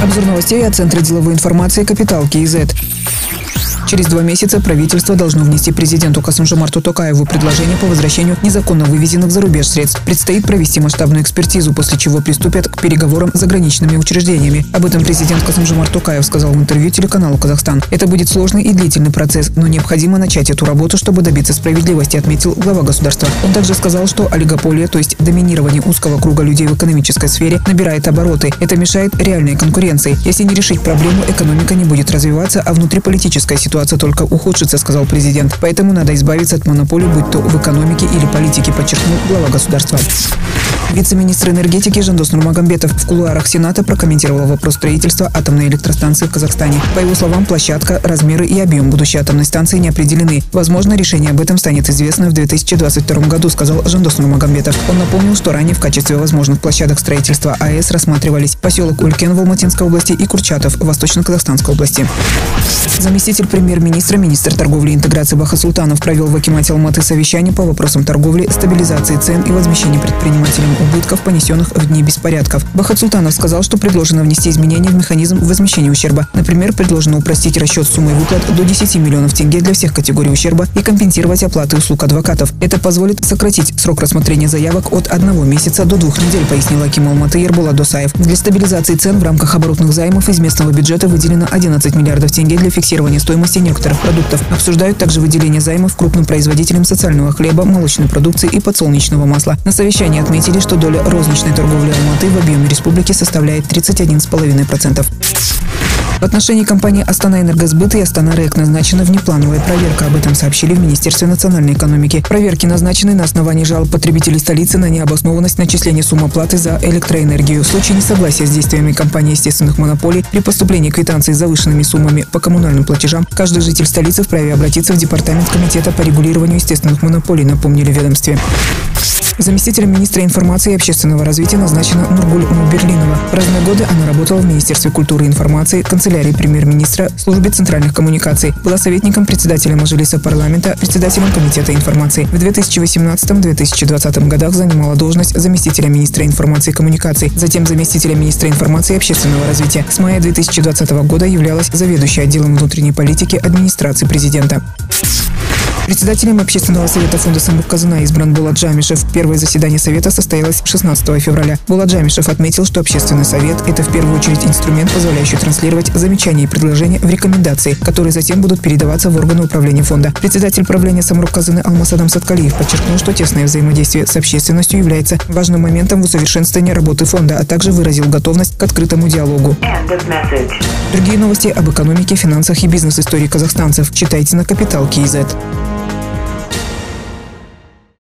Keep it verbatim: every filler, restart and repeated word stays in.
Обзор новостей от Центра деловой информации «Капитал КИЗ». Через два месяца правительство должно внести президенту Касым-Жомарту Токаеву предложение по возвращению незаконно вывезенных за рубеж средств. Предстоит провести масштабную экспертизу, после чего приступят к переговорам с заграничными учреждениями. Об этом президент Касым-Жомарт Токаев сказал в интервью телеканалу «Казахстан». Это будет сложный и длительный процесс, но необходимо начать эту работу, чтобы добиться справедливости, отметил глава государства. Он также сказал, что олигополия, то есть доминирование узкого круга людей в экономической сфере, набирает обороты. Это мешает реальной конкуренции. Если не решить проблему, экономика не будет развиваться, а внутриполитическая ситуация только ухудшится, сказал президент. Поэтому надо избавиться от монополии, будь то в экономике или политике, подчеркнул глава государства. Вице-министр энергетики Жандос Нурмагомбетов в кулуарах Сената прокомментировал вопрос строительства атомной электростанции в Казахстане. По его словам, площадка, размеры и объем будущей атомной станции не определены. Возможно, решение об этом станет известно в две тысячи двадцать втором году, сказал Жандос Нурмагомбетов. Он напомнил, что ранее в качестве возможных площадок строительства АЭС рассматривались поселок Улькен в Алматинской области и Курчатов в Восточно-Казахстанской области. Заместитель премьер-министра, министр торговли и интеграции Бахыт Султанов провел в Акимате Алматы совещание по вопросам торговли, стабилизации цен и возмещения предпринимателям убытков, понесенных в дни беспорядков. Бахыт Султанов сказал, что предложено внести изменения в механизм возмещения ущерба. Например, предложено упростить расчет суммы выплат до десяти миллионов тенге для всех категорий ущерба и компенсировать оплаты услуг адвокатов. Это позволит сократить срок рассмотрения заявок от одного месяца до двух недель, пояснил аким Алматы Ербулат Досаев. Для стабилизации цен в рамках оборотных займов из местного бюджета выделено одиннадцать миллиардов тенге для фиксирования стоимости некоторых продуктов. Обсуждают также выделение займов крупным производителям социального хлеба, молочной продукции и подсолнечного масла. На совещании отметили, что доля розничной торговли Алматы в объеме республики составляет тридцать один и пять десятых процента. В отношении компании «Астана Энергосбыт» и «Астана РЭК» назначена внеплановая проверка. Об этом сообщили в Министерстве национальной экономики. Проверки назначены на основании жалоб потребителей столицы на необоснованность начисления сумм оплаты за электроэнергию. В случае несогласия с действиями компании естественных монополий при поступлении квитанций с завышенными суммами по коммунальным платежам, каждый житель столицы вправе обратиться в Департамент комитета по регулированию естественных монополий, напомнили в ведомстве. Заместителем министра информации и общественного развития назначена Нургуль Муберлинова. В разные годы она работала в Министерстве культуры и информации, канцелярии премьер-министра, службе центральных коммуникаций. Была советником председателя Мажилиса парламента, председателем комитета информации. В две тысячи восемнадцатом — две тысячи двадцатом годах занимала должность заместителя министра информации и коммуникаций, затем заместителя министра информации и общественного развития. С мая две тысячи двадцатого года являлась заведующей отделом внутренней политики администрации президента. Председателем общественного совета фонда Самрук-Казына избран Булат Джамишев. Первое заседание совета состоялось шестнадцатого февраля. Булат Джамишев отметил, что общественный совет – это в первую очередь инструмент, позволяющий транслировать замечания и предложения в рекомендации, которые затем будут передаваться в органы управления фонда. Председатель правления Самрук-Казыны Алмаз Адам Саткалиев подчеркнул, что тесное взаимодействие с общественностью является важным моментом в усовершенствовании работы фонда, а также выразил готовность к открытому диалогу. Другие новости об экономике, финансах и бизнес-истории казахстанцев читайте на Капитал КИЗ.